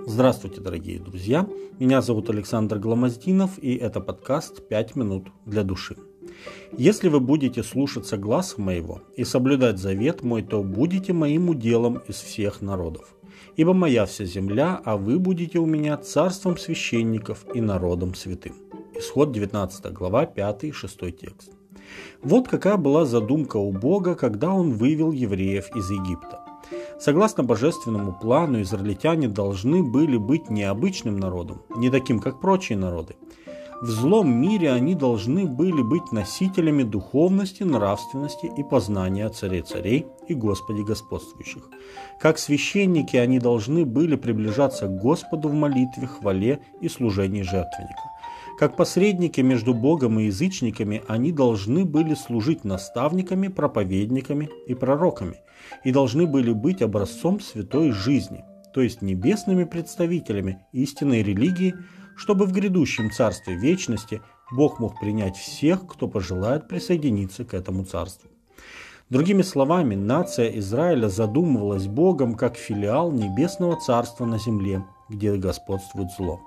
Здравствуйте, дорогие друзья! Меня зовут Александр Гломоздинов, и это подкаст «5 минут для души». Если вы будете слушаться гласа моего и соблюдать завет мой, то будете моим уделом из всех народов. Ибо моя вся земля, а вы будете у меня царством священников и народом святым. Исход 19 глава, 5-6 текст. Вот какая была задумка у Бога, когда Он вывел евреев из Египта. Согласно божественному плану, израильтяне должны были быть необычным народом, не таким, как прочие народы. В злом мире они должны были быть носителями духовности, нравственности и познания царей царей и Господи господствующих. Как священники они должны были приближаться к Господу в молитве, хвале и служении жертвенника. Как посредники между Богом и язычниками они должны были служить наставниками, проповедниками и пророками, и должны были быть образцом святой жизни, то есть небесными представителями истинной религии, чтобы в грядущем царстве вечности Бог мог принять всех, кто пожелает присоединиться к этому царству. Другими словами, нация Израиля задумывалась Богом как филиал небесного царства на земле, где господствует зло.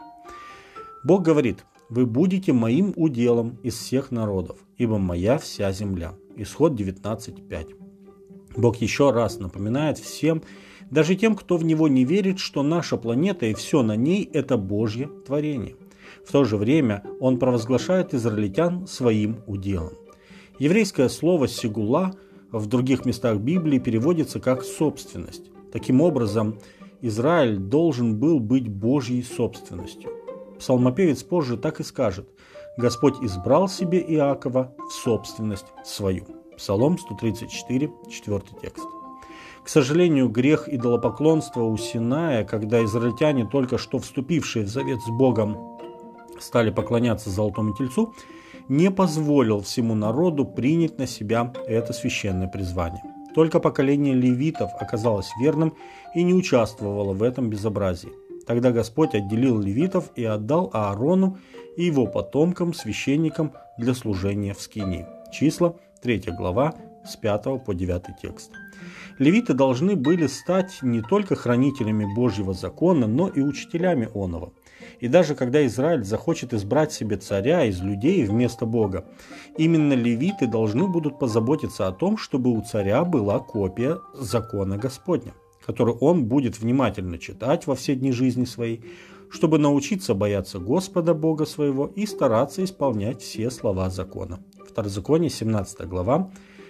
Бог говорит: «Вы будете моим уделом из всех народов, ибо моя вся земля». Исход 19:5. Бог еще раз напоминает всем, даже тем, кто в Него не верит, что наша планета и все на ней – это Божье творение. В то же время Он провозглашает израильтян своим уделом. Еврейское слово «сегула» в других местах Библии переводится как «собственность». Таким образом, Израиль должен был быть Божьей собственностью. Псалмопевец позже так и скажет: «Господь избрал себе Иакова в собственность свою». Псалом 134, 4 текст. К сожалению, грех идолопоклонства у Синая, когда израильтяне, только что вступившие в завет с Богом, стали поклоняться золотому тельцу, не позволил всему народу принять на себя это священное призвание. Только поколение левитов оказалось верным и не участвовало в этом безобразии. Тогда Господь отделил левитов и отдал Аарону и его потомкам, священникам, для служения в скинии. Числа, 3 глава, с 5 по 9 текст. Левиты должны были стать не только хранителями Божьего закона, но и учителями оного. И даже когда Израиль захочет избрать себе царя из людей вместо Бога, именно левиты должны будут позаботиться о том, чтобы у царя была копия закона Господня, который он будет внимательно читать во все дни жизни своей, чтобы научиться бояться Господа Бога своего и стараться исполнять все слова закона. Второзаконие, 17 глава,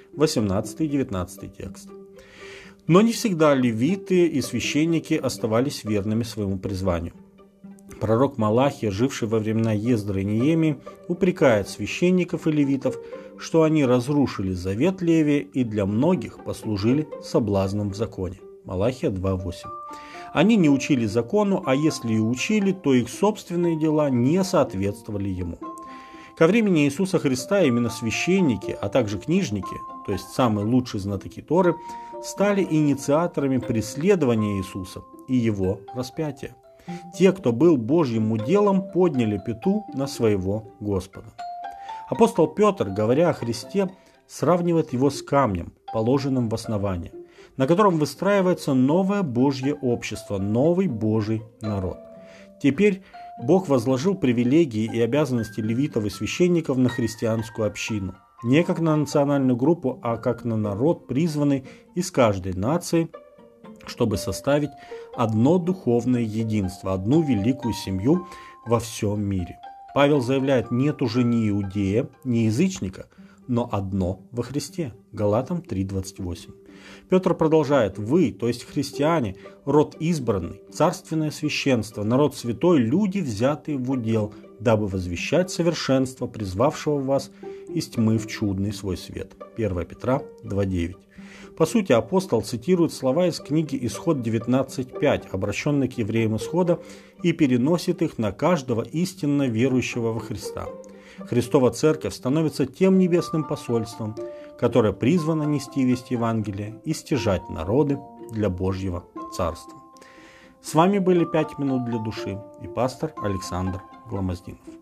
18 и 19 текст. Но не всегда левиты и священники оставались верными своему призванию. Пророк Малахия, живший во времена Ездра и Неемии, упрекает священников и левитов, что они разрушили завет Левия и для многих послужили соблазном в законе. Малахия 2:8. Они не учили закону, а если и учили, то их собственные дела не соответствовали ему. Ко времени Иисуса Христа именно священники, а также книжники, то есть самые лучшие знатоки Торы, стали инициаторами преследования Иисуса и его распятия. Те, кто был Божьим уделом, подняли пяту на своего Господа. Апостол Петр, говоря о Христе, сравнивает его с камнем, положенным в основание, на котором выстраивается новое Божье общество, новый Божий народ. Теперь Бог возложил привилегии и обязанности левитов и священников на христианскую общину, не как на национальную группу, а как на народ, призванный из каждой нации, чтобы составить одно духовное единство, одну великую семью во всем мире. Павел заявляет: нет уже ни иудея, ни язычника, но одно во Христе. Галатам 3:28. Петр продолжает: вы, то есть христиане, род избранный, царственное священство, народ святой, люди, взятые в удел, дабы возвещать совершенство призвавшего вас из тьмы в чудный свой свет. 1 Петра 2:9. По сути, апостол цитирует слова из книги Исход 19:5, обращенной к евреям Исхода, и переносит их на каждого истинно верующего во Христа. Христова Церковь становится тем небесным посольством, которое призвано нести весть Евангелия и стяжать народы для Божьего Царства. С вами были 5 минут для души и пастор Александр Гломоздинов.